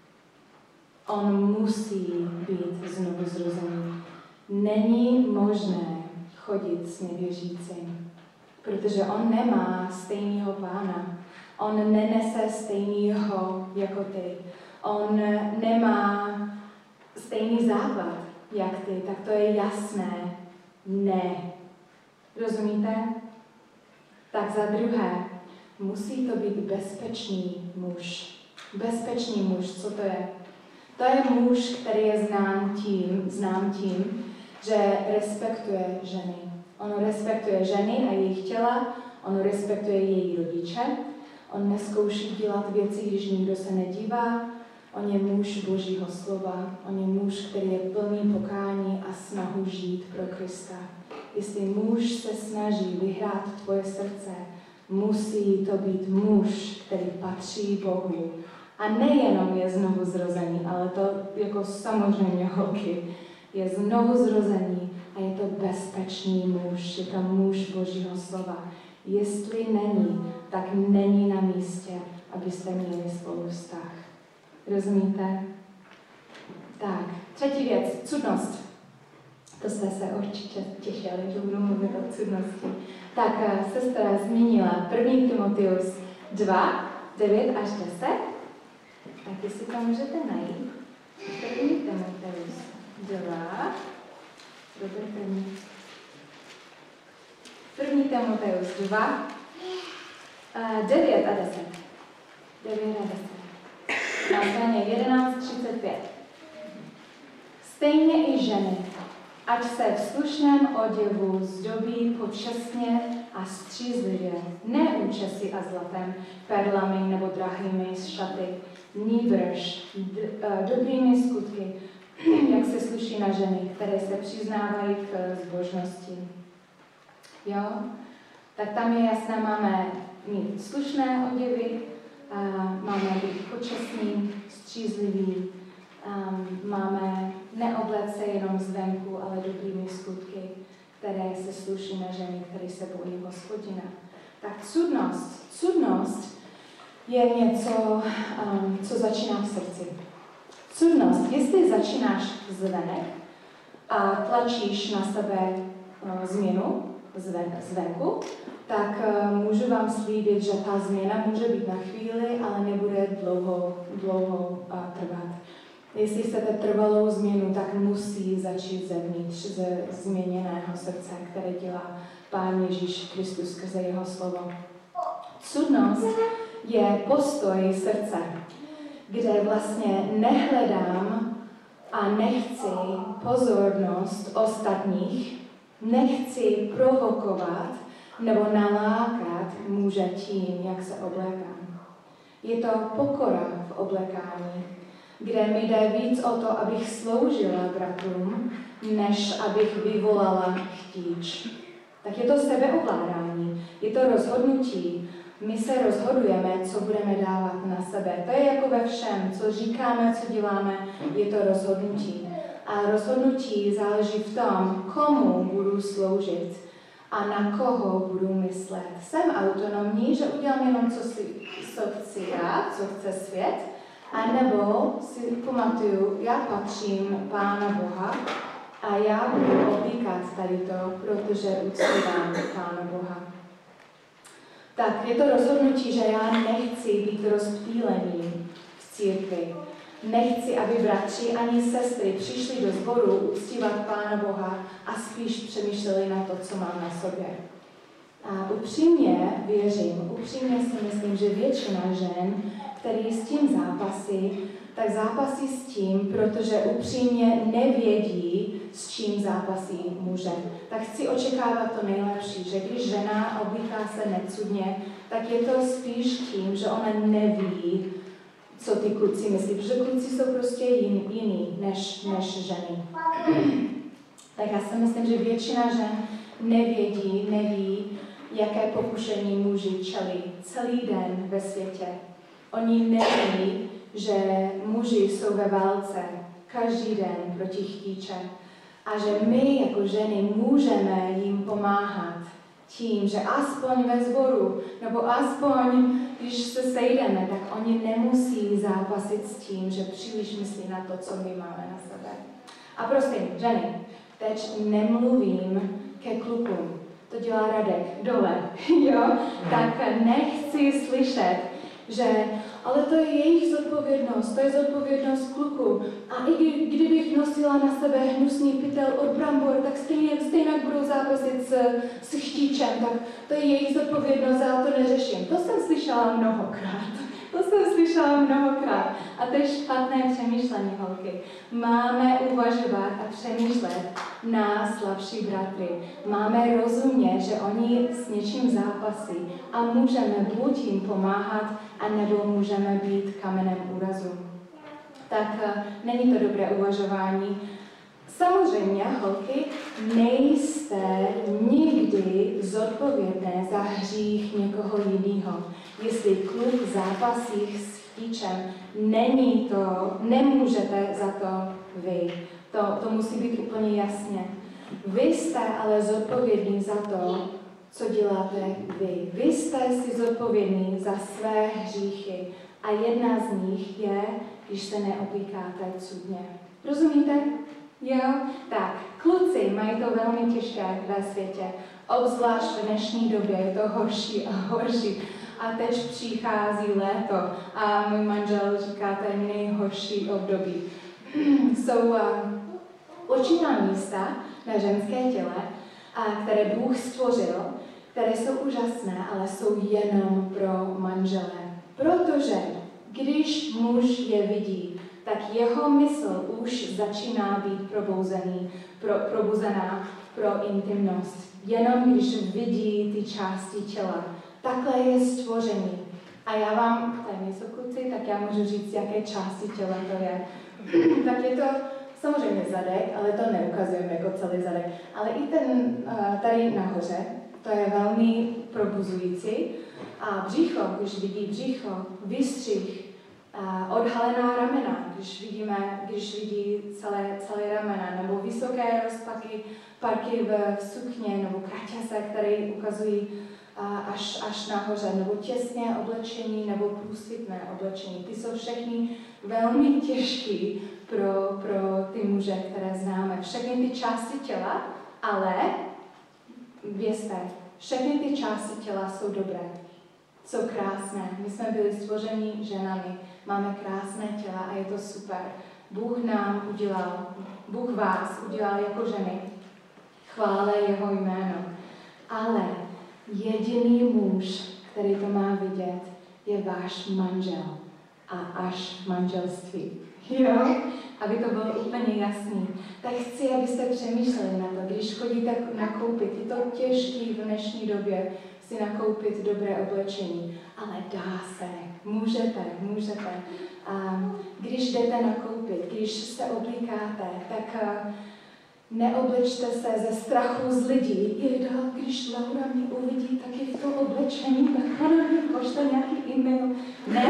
On musí být znovu zrozený. Není možné chodit s nevěřícím, protože on nemá stejného pána. On nenese stejného jako ty. On nemá stejný základ, jak ty, tak to je jasné ne. Rozumíte? Tak za druhé, musí to být bezpečný muž. Bezpečný muž, co to je? To je muž, který je znám tím, znám tím, že respektuje ženy. On respektuje ženy a jejich těla, on respektuje její rodiče, on neskouší dělat věci, když nikdo se nedívá, on je muž Božího slova, on je muž, který je plný pokání a snahu žít pro Krista. Jestli muž se snaží vyhrát tvoje srdce, musí to být muž, který patří Bohu. A nejenom je znovu zrozený, ale to jako samozřejmě holky, je znovu zrozený a je to bezpečný muž, je to muž Božího slova. Jestli není, tak není na místě, abyste měli spolu vztah. Rozumíte? Tak, třetí věc, cudnost. To jste se určitě těšili, že budu mluvit o cudnosti. Tak, sestra zmínila první Timoteus dva, devět až deset. Tak jestli to můžete najít. První Timoteus dva. Dobře, první. První Timoteus dva, devět a deset. devět a deset. Na straně jedenáct třicet pět. Stejně i ženy, ať se v slušném oděvu zdobí počestně a střízlivě, ne účesy a zlatem, perlami nebo drahými šaty, nýbrž dobrými skutky, jak se sluší na ženy, které se přiznávají k zbožnosti. Jo? Tak tam je jasné, máme mít slušné oděvy, máme být počestní, střízliví, um, máme neobléct se jenom zvenku, ale dobrými skutky, které se sluší na ženy, které se bojí Hospodina. Tak cudnost, cudnost je něco, um, co začíná v srdci. Cudnost, jestli začínáš zvenek a tlačíš na sebe uh, změnu zven, zvenku, tak uh, můžu vám slíbit, že ta změna může být na chvíli, ale nebude dlouho, dlouho uh, trvat. Jestli chcete trvalou změnu, tak musí začít zevnitř ze změněného srdce, které dělá Pán Ježíš Kristus skrze jeho slovo. Cudnost je postoj srdce, kde vlastně nehledám a nechci pozornost ostatních, nechci provokovat nebo nalákat muže tím, jak se oblékám. Je to pokora v oblékání, kde mi jde víc o to, abych sloužila bratrům, než abych vyvolala chtíč. Tak je to sebeovládání, je to rozhodnutí. My se rozhodujeme, co budeme dávat na sebe. To je jako ve všem, co říkáme, co děláme, je to rozhodnutí. A rozhodnutí záleží v tom, komu budu sloužit a na koho budu myslet. Jsem autonomní, že udělám jenom, co, si, co chci já, co chce svět, a nebo si pamatuju, já patřím Pána Boha a já budu oblíkat tady to, protože uctívám Pána Boha. Tak je to rozhodnutí, že já nechci být rozptýlený v církvi. Nechci, aby bratři ani sestry přišli do sboru uctívat Pána Boha a spíš přemýšleli na to, co mám na sobě. A upřímně věřím, upřímně si myslím, že většina žen, který s tím zápasí, tak zápasí s tím, protože upřímně nevědí, s čím zápasí muže. Tak chci očekávat to nejlepší, že když žena oblíká se necudně, tak je to spíš tím, že ona neví, co ty kluci myslí, protože kluci jsou prostě jiný, jiný než, než ženy. Tak já si myslím, že většina žen nevědí, neví, jaké pokušení muži čelí celý den ve světě. Oni neví, že muži jsou ve válce každý den proti chtíče a že my jako ženy můžeme jim pomáhat tím, že aspoň ve sboru, nebo aspoň, když se sejdeme, tak oni nemusí zápasit s tím, že příliš myslí na to, co my máme na sebe. A prosím, ženy, teď nemluvím ke klukům. To dělá Radek dole, jo? Tak nechci slyšet, že ale to je jejich zodpovědnost, to je zodpovědnost kluku. A i kdy, kdybych nosila na sebe hnusný pytel od brambor, tak stejně, stejně budou zápasit s, s chtíčem, tak to je jejich zodpovědnost, já to neřeším. To jsem slyšela mnohokrát. To jsem slyšela mnohokrát. A to je špatné přemýšlení, holky. Máme uvažovat a přemýšlet na slabší bratry. Máme rozumět, že oni s něčím zápasí a můžeme buď jim pomáhat, anebo můžeme být kamenem úrazu. Tak není to dobré uvažování. Samozřejmě, holky, nejste nikdy zodpovědné za hřích někoho jiného. Jestli kluk zápasí s chtíčem, není to, nemůžete za to vy. To, to musí být úplně jasně. Vy jste ale zodpovědní za to, co děláte vy. Vy jste si zodpovědní za své hříchy. A jedna z nich je, když se neoblíkáte cudně. Rozumíte? Jo? Tak, kluci mají to velmi těžké ve světě. Obzvlášť v dnešní době je to horší a horší. A teď přichází léto a můj manžel říká, to je nejhorší období. Jsou uh, určitá místa na ženské těle, a které Bůh stvořil, které jsou úžasné, ale jsou jenom pro manžele. Protože když muž je vidí, tak jeho mysl už začíná být probouzený, pro, probuzená pro intimnost. Jenom když vidí ty části těla. Takhle je stvoření. A já vám, tady nejsou kluci, tak já můžu říct, jaké části těla to je. Tak je to samozřejmě zadek, ale to neukazujeme jako celý zadek. Ale i ten tady nahoře, to je velmi probuzující. A břicho, když vidí břicho, výstřih, odhalená ramena, když vidíme, když vidí celé, celé ramena, nebo vysoké rozpaky, parky v, v sukně, nebo kraťase, které ukazují až, až nahoře, nebo těsné oblečení, nebo průsvitné oblečení. Ty jsou všechny velmi těžké pro, pro ty muže, které známe. Všechny ty části těla, ale vězte, všechny ty části těla jsou dobré. Jsou krásné. My jsme byli stvořeni ženami, máme krásné těla a je to super. Bůh nám udělal, Bůh vás udělal jako ženy. Chvále jeho jméno. Ale jediný muž, který to má vidět, je váš manžel a až manželství. Jo? Aby to bylo úplně jasný. Tak chci, abyste přemýšleli na to, když chodíte nakoupit, je to těžké v dnešní době si nakoupit dobré oblečení, ale dá se, můžete, můžete. A když jdete nakoupit, když se oblíkáte, tak neoblečte se ze strachu z lidí. Jejda, když Laura mě uvidí taky v tom oblečení, tak ona mě pošle nějaký e-mail. Ne.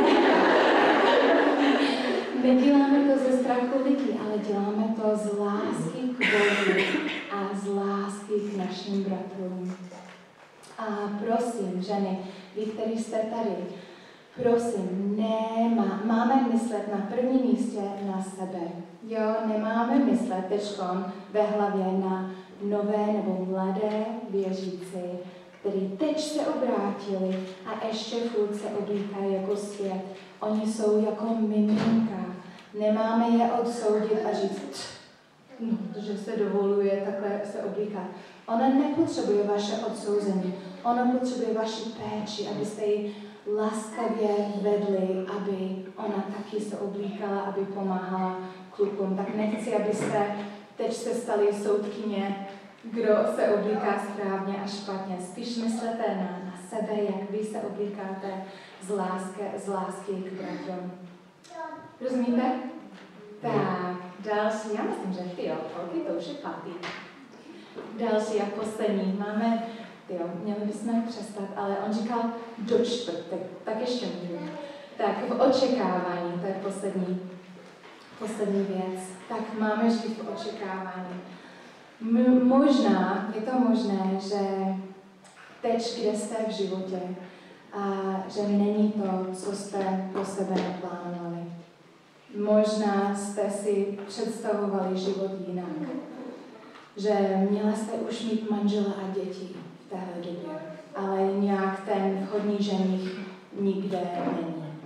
Neděláme to ze strachu lidí, ale děláme to z lásky k Bohu a z lásky k našim bratrům. A prosím, ženy, vy, kteří jste tady, prosím, nemá, máme myslet na prvním místě na sebe. Jo, nemáme myslet teďkon ve hlavě na nové nebo mladé věřící, kteří teď se obrátili a ještě furt se oblíkají jako svět. Oni jsou jako miminka. Nemáme je odsoudit a říct, no, že se dovoluje takhle se oblíkat. Ona nepotřebuje vaše odsouzení. Ona potřebuje vaši péči, abyste ji laskavě vedli, aby ona taky se oblíkala, aby pomáhala klukům. Tak nechci, abyste teď se stali soudkyně, kdo se oblíká správně a špatně. Spíš myslete na, na sebe, jak vy se oblíkáte z lásky, z lásky k bratrům. Rozumíte? Tak, další, já myslím, že ty jo, holky, to už je pátý. Další a poslední. Máme, jo, měli bychom přestat, ale on říkal do čtvrtek, tak ještě můžu. Tak v očekávání, to je poslední, poslední věc. Tak máme žít v očekávání. M- možná, je to možné, že teď, kde jste v životě, a že není to, co jste pro sebe naplánovali. Možná jste si představovali život jinak. Že měla jste už mít manžela a děti v téhle době, ale nějak ten vhodný ženich nikde není.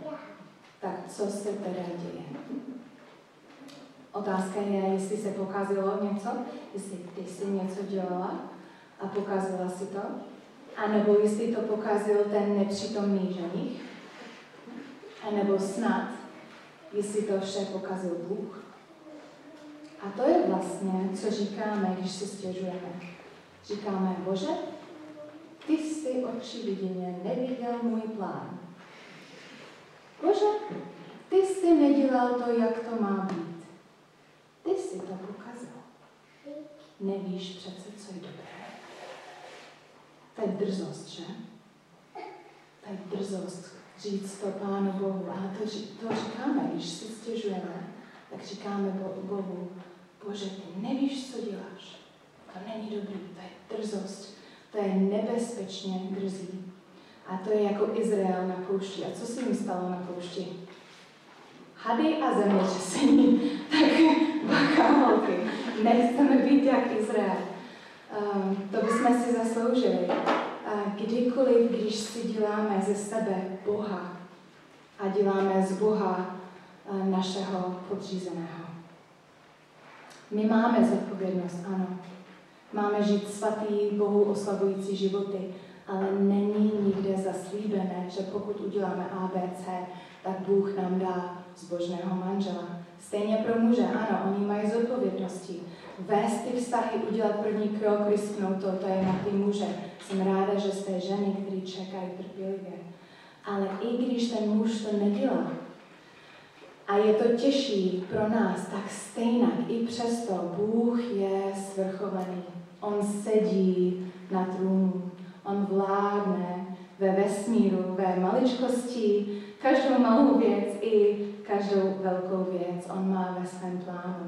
co se teda děje? Otázka je, jestli se pokazilo něco, jestli ty jsi něco dělala a pokazila si to, anebo jestli to pokazil ten nepřítomný ženich, anebo snad, jestli to vše pokazil Bůh. A to je vlastně, co říkáme, když si stěžujeme. Říkáme, Bože, ty jsi očividně neviděl můj plán. Bože, ty jsi nedělal to, jak to má být. Ty jsi to pokazil. Nevíš přece, co je dobré. To je drzost, že? To je drzost říct to Pánu Bohu. A to, to říkáme, když si stěžujeme, tak říkáme Bohu, Bože, ty nevíš, co děláš. To není dobrý, to je drzost. To je nebezpečně drzí. A to je jako Izrael na poušti. A co se jim stalo na poušti? Hady a zemětřesení. Tak bacha, holky. Nechceme být jak Izrael. Um, to bychom si zasloužili. Uh, kdykoliv, když si děláme ze sebe Boha a děláme z Boha uh, našeho podřízeného. My máme zodpovědnost, ano. Máme žít svatý, Bohu oslavující životy, ale není nikde zaslíbené, že pokud uděláme A B C, tak Bůh nám dá zbožného manžela. Stejně pro muže, ano, oni mají zodpovědnosti. Vést ty vztahy, udělat první krok, risknout to, to je na ty muže. Jsem ráda, že jste ženy, které čekají trpělivě. Ale i když ten muž to nedělá, a je to těžší pro nás, tak stejně i přesto Bůh je svrchovaný. On sedí na trůnu. On vládne ve vesmíru, ve maličkosti, každou malou věc i každou velkou věc. On má ve svém plánu.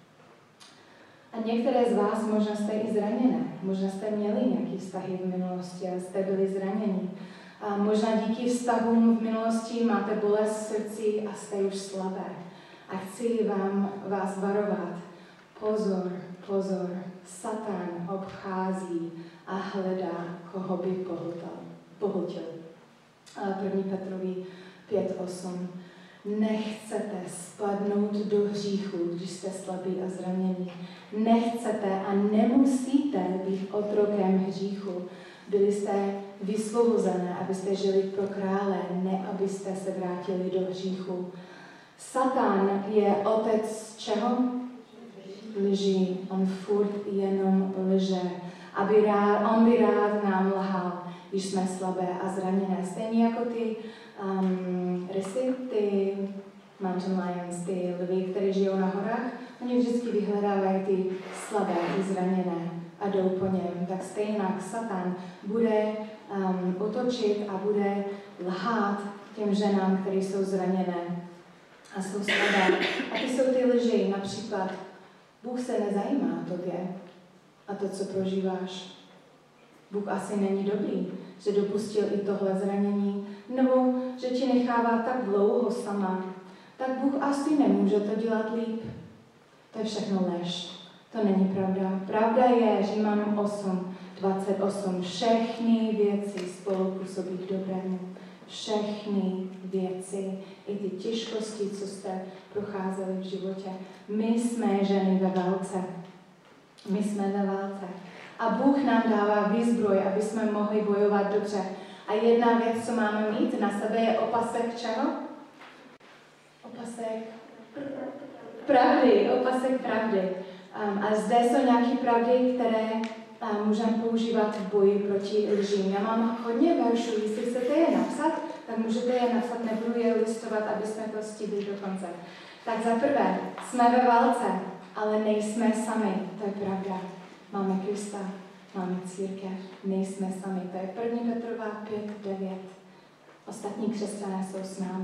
A některé z vás možná jste i zraněné. Možná jste měli nějaké vztahy v minulosti a jste byli zraněni. A možná díky vztahům v minulosti máte bolest v srdci a jste už slabé. A chci vám, vás varovat. Pozor, pozor, Satan obchází a hledá, koho by pohltil. první Petrovi pět osm. Nechcete spadnout do hříchu, když jste slabí a zranění. Nechcete a nemusíte být otrokem hříchu. Byli jste vysvobozené, abyste žili pro krále, ne abyste se vrátili do hříchu. Satan je otec čeho? Lží. On furt jenom lže. Aby rád, on by rád nám lhal, když jsme slabé a zraněné. Stejně jako ty um, rysy, ty mountain lions, ty lvy, které žijou na horách, oni vždycky vyhledávají ty slabé, ty zraněné a jdou po něm. Tak stejně Satan bude um, otočit a bude lhát těm ženám, které jsou zraněné a jsou slabé. A ty jsou ty lži, například Bůh se nezajímá o tobě a to, co prožíváš. Bůh asi není dobrý, že dopustil i tohle zranění, nebo že ti nechává tak dlouho sama. Tak Bůh asi nemůže to dělat líp. To je všechno lež. To není pravda. Pravda je Římanům osm dvacet osm. Všechny věci spolu působí k dobrému. Všechny věci, i ty těžkosti, co jste procházeli v životě. My jsme ženy ve válce. My jsme ve válce. A Bůh nám dává výzbroj, aby jsme mohli bojovat dobře. A jedna věc, co máme mít na sebe, je opasek čeho? Opasek pravdy. Opasek pravdy. Um, a zde jsou nějaké pravdy, které um, můžeme používat v boji proti lžím. Já mám hodně veršů, jestli chcete je napsat, tak můžete je napsat, nebudu je listovat, aby jsme to stihli do konce. Tak za prvé, jsme ve válce, ale nejsme sami, to je pravda. Máme Krista, máme církev, nejsme sami. To je první Petrova pět devět. Ostatní křesťané jsou s námi.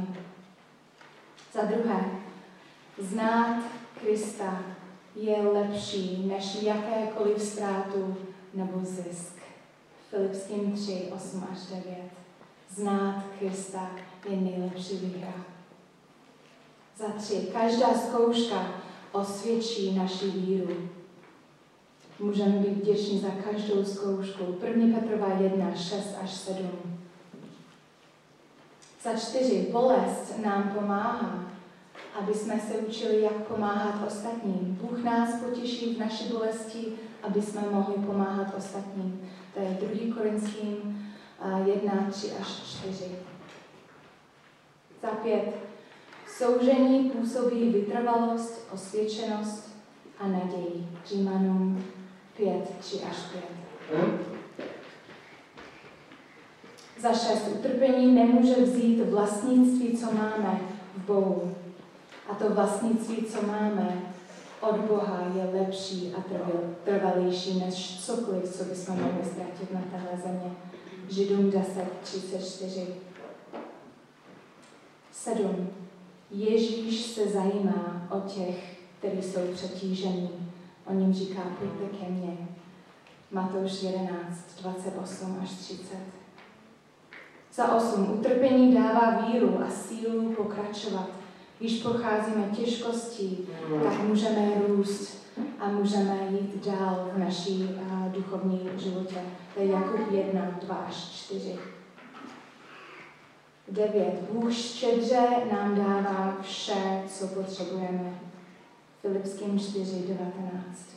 Za druhé, znát Krista je lepší než jakékoliv ztrátu nebo zisk. Filipským tři osm až devět. Znát Krista je nejlepší výhra. Za tři, každá zkouška osvědčí naši víru. Můžeme být vděční za každou zkoušku. první Petrova jedna šest až sedm. Za čtyři, bolest nám pomáhá, aby jsme se učili, jak pomáhat ostatním. Bůh nás potěší v naší bolesti, aby jsme mohli pomáhat ostatním. To je druhý Korinským jedna, tři až čtyři. Za pět, soužení působí vytrvalost, osvědčenost a naději. Římanům pět, tři až pět. Za šest, utrpení nemůže vzít vlastnictví, co máme v Bohu. A to vlastnictví, co máme od Boha, je lepší a trvalější než cokoliv, co bychom mohli ztratit na téhle země. Židům deset, třicet čtyři. sedm. Ježíš se zajímá o těch, kteří jsou přetížení. O něm říká, pojďte ke mně. Matouš jedenáct, dvacet osm až třicet. Za osm. Utrpení dává víru a sílu pokračovat. Když procházíme těžkostí, tak můžeme růst a můžeme jít dál v naší uh, duchovní životě. To je Jakub jedna, dva až čtyři. devět. Bůh štědře nám dává vše, co potřebujeme. Filipským čtyři, devatenáct.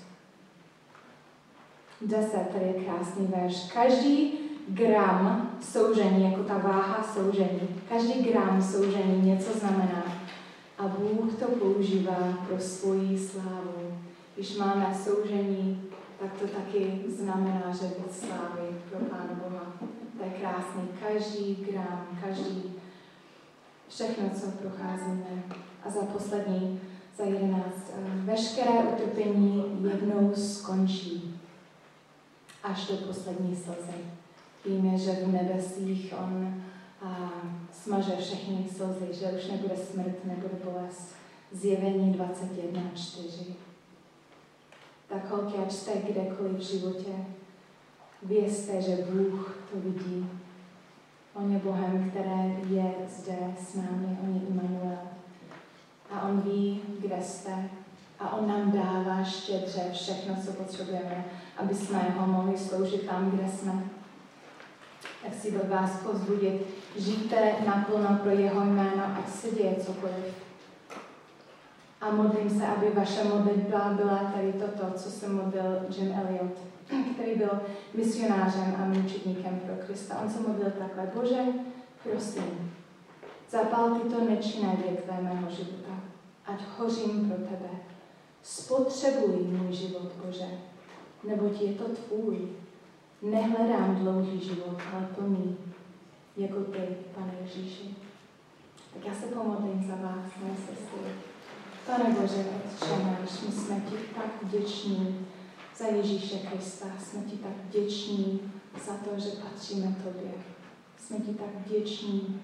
deset. Tady je krásný verš. Každý gram soužení, jako ta váha soužení, každý gram soužení něco znamená. A Bůh to používá pro svoji slávu. Když máme soužení, tak to taky znamená, že víc slávy pro Pána Boha. To je krásný. Každý gram, každý, všechno, co procházíme. A za poslední, za jedenáct. Veškeré utrpení jednou skončí. Až do poslední slzy. Víme, že v nebesích on a smaže všechny slzy, že už nebude smrt, nebude bolest. Zjevení dvacet jedna, čtyři. Tak holky, ať jste kdekoliv v životě, vězte, že Bůh to vidí. On je Bohem, který je zde s námi, on je Immanuel. A on ví, kde jste. A on nám dává štědře všechno, co potřebujeme, aby jsme ho mohli sloužit tam, kde jsme. Tak si od vás povzbudit, žijte naplno pro jeho jméno, ať se děje cokoliv. A modlím se, aby vaše modlitba byla tady toto, co se modlil Jim Elliot, který byl misionářem a mučedníkem pro Krista. On se modlil takhle: Bože, prosím, zapal tyto nečinné větve mého života, ať hořím pro tebe. Spotřebuj můj život, Bože, neboť je to tvůj. Nehledám dlouhý život, ale plný, jako ty, Pane Ježíši. Tak já se pomodlím za vás, mé sestry. Pane Bože, Otče náš, my jsme ti tak vděční za Ježíše Krista. Jsme ti tak vděční za to, že patříme tobě. Jsme ti tak vděční,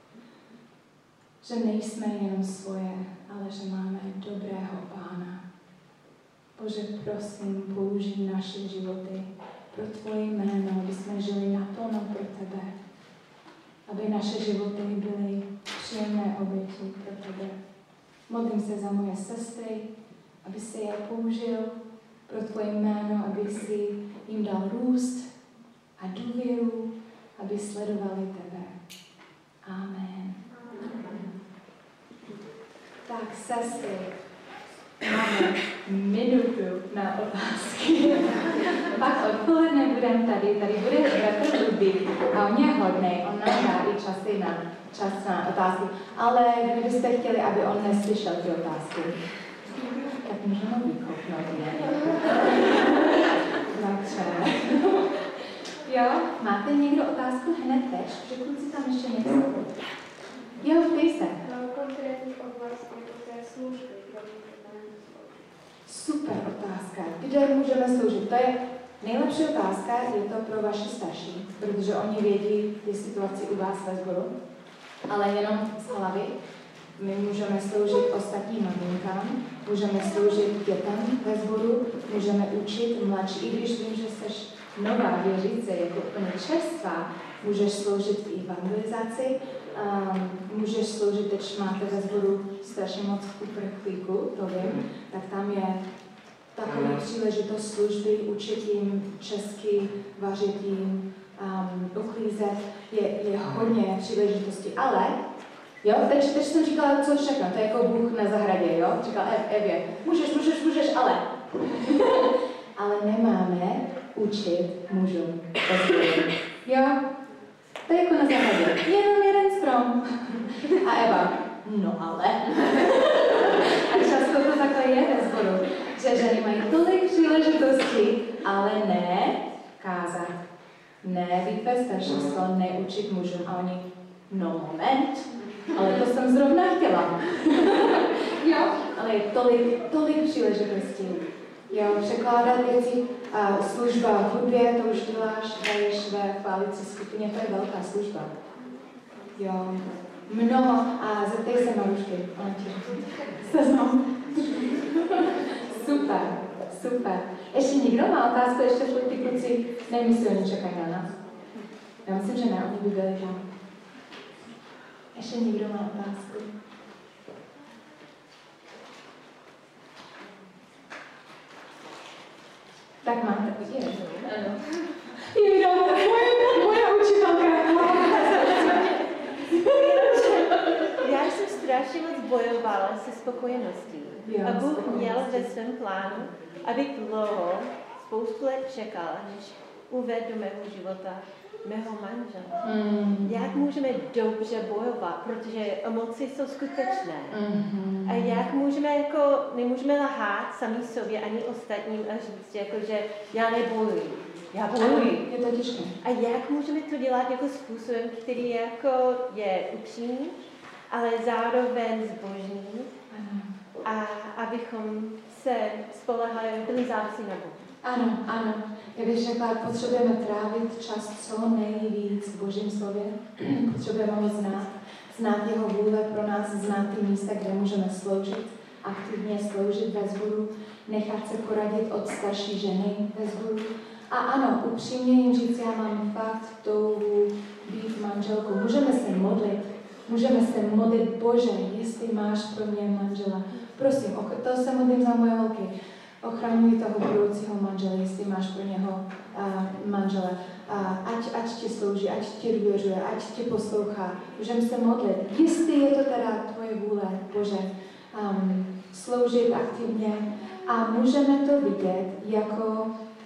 že nejsme jenom svoje, ale že máme dobrého Pána. Bože, prosím, použij naše životy pro tvoje jméno, aby jsme žili naplno pro tebe. Aby naše životy byly příjemné oběti pro tebe. Modlím se za moje sestry, aby si je použil pro tvoje jméno, aby si jim dal růst a důvěru, aby sledovali tebe. Amen. Tak, sestry, máme minutu na otázky. Pak odpoledne budeme tady, tady bude bratr Ludvík a on je hodnej, on nám dá i časy na, čas na otázky. Ale kdybyste chtěli, aby on neslyšel ty otázky, tak můžeme vykopnout, ne? Takže. Jo, máte někdo otázku hned teď? Že kluci tam ještě něco. Jo, ptej se. Konkrétní oblast té služby. Super otázka. Kde můžeme sloužit? To je nejlepší otázka, je to pro vaše starší, protože oni vědí ty situaci u vás ve sboru, ale jenom z hlavy. My můžeme sloužit ostatním maminkám, můžeme sloužit dětem ve sboru, můžeme učit mladší, i když vím, že jsi nová věřící, jako úplně čerstvá, můžeš sloužit v evangelizaci, um, můžeš sloužit, teď máte ve sboru strašně moc uprchlíků, to vím, tak tam je taková příležitost služby, učit jim česky, vařit jim, um, uklízet sice je, je hodně příležitostí, ale, jo, takže teď jsem říkala, co všechno, to je jako Bůh na zahradě, jo, říkal Ev, Evě, můžeš, můžeš, můžeš, ale, ale nemáme učit mužům později, jo, to je jako na zahradě, jenom jeden strom. A Eva, no ale. A často to takhle je ve sboru, že ženy mají tolik příležitostí, ale ne kázat, ne být ve staršinstvo, neučit mužům. A oni, no moment, ale to jsem zrovna chtěla. Jo, ale je tolik, tolik příležitostí. Jo, překládat věci, a služba v hudbě, to už děláš, hraješ ve chválící skupině, to je velká služba. Jo, mnoho, a zeptej se Marušky, ona ti seznam. Super, super. Ještě někdo má otázku, ještě ty kluci, nevím, jestli oni čekají na nás. Já myslím, že ne, oni by byli tam. Ještě někdo má otázku? Tak máte, podívejte. Ano. Jo, moje, moje učitelka. Já jsem strašně moc bojovala se spokojeností. Jo, a Bůh spokojenosti. měl ve svém plánu, abych dlouho, spoustu let čekala, než uvedl do mého života mého manžela. Mm. Jak můžeme dobře bojovat, protože emoce jsou skutečné. Mm-hmm. A jak můžeme jako, nemůžeme lhát sami sobě ani ostatním a říct, jako, že já nebojuji. Já bojuji. Je to těžké. A jak můžeme to dělat jako způsobem, který jako je upřímný, ale zároveň zbožný, a abychom se spolehali, byli závislí na Bohu. Ano, ano. Já bych řekla, potřebujeme trávit čas co nejvíc v Božím slově. Potřebujeme ho znát, znát jeho vůle pro nás, znát ty místa, kde můžeme sloužit, aktivně sloužit ve sboru, nechat se poradit od starší ženy ve sboru. A ano, upřímně jim říct, já mám fakt touhu být manželkou. Můžeme se modlit, můžeme se modlit, Bože, jestli máš pro mě manžela. Prosím, to se modlím za moje holky. Ochraňuj toho budoucího manžela, jestli máš pro něho uh, manžela. Uh, ať, ať ti slouží, ať ti důvěřuje, ať ti poslouchá. Můžeme se modlit. Jestli je to teda tvoje vůle, Bože, um, sloužit aktivně. A můžeme to vidět jako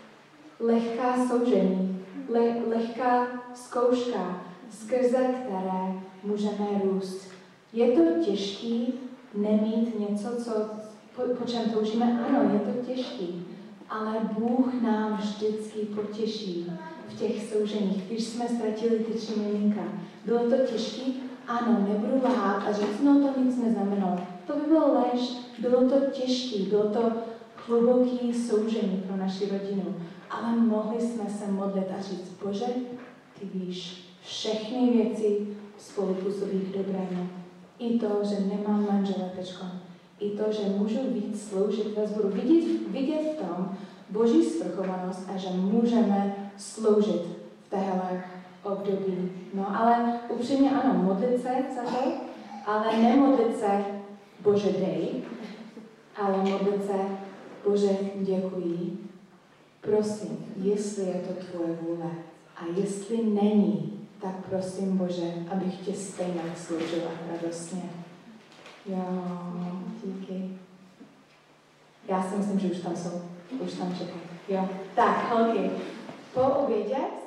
lehká soužení, le, lehká zkouška, skrze které můžeme růst. Je to těžký nemít něco, co, po, po čem toužíme? Ano, je to těžký, ale Bůh nám vždycky potěší v těch souženích. Když jsme ztratili ty tři miminka, bylo to těžký? Ano, nebudu lhát a říct, no to nic neznamenalo. To by bylo lež, bylo to těžký, bylo to hluboký soužení pro naši rodinu. Ale mohli jsme se modlit a říct, Bože, ty víš, všechny věci spolu působí k dobrému. I to, že nemám manžela teďko. I to, že můžu víc sloužit ve sboru. Vidět, vidět v tom Boží svrchovanost a že můžeme sloužit v téhle období. No ale upřímně ano, modlit se za to, ale nemodlit se, Bože dej, ale modlit se, Bože děkuji. Prosím, jestli je to tvoje vůle a jestli není, tak prosím, Bože, abych tě stejně sloužila radostně. Jo, díky. Já si myslím, že už tam jsou, už tam čekají. Jo, tak, holky, po obědě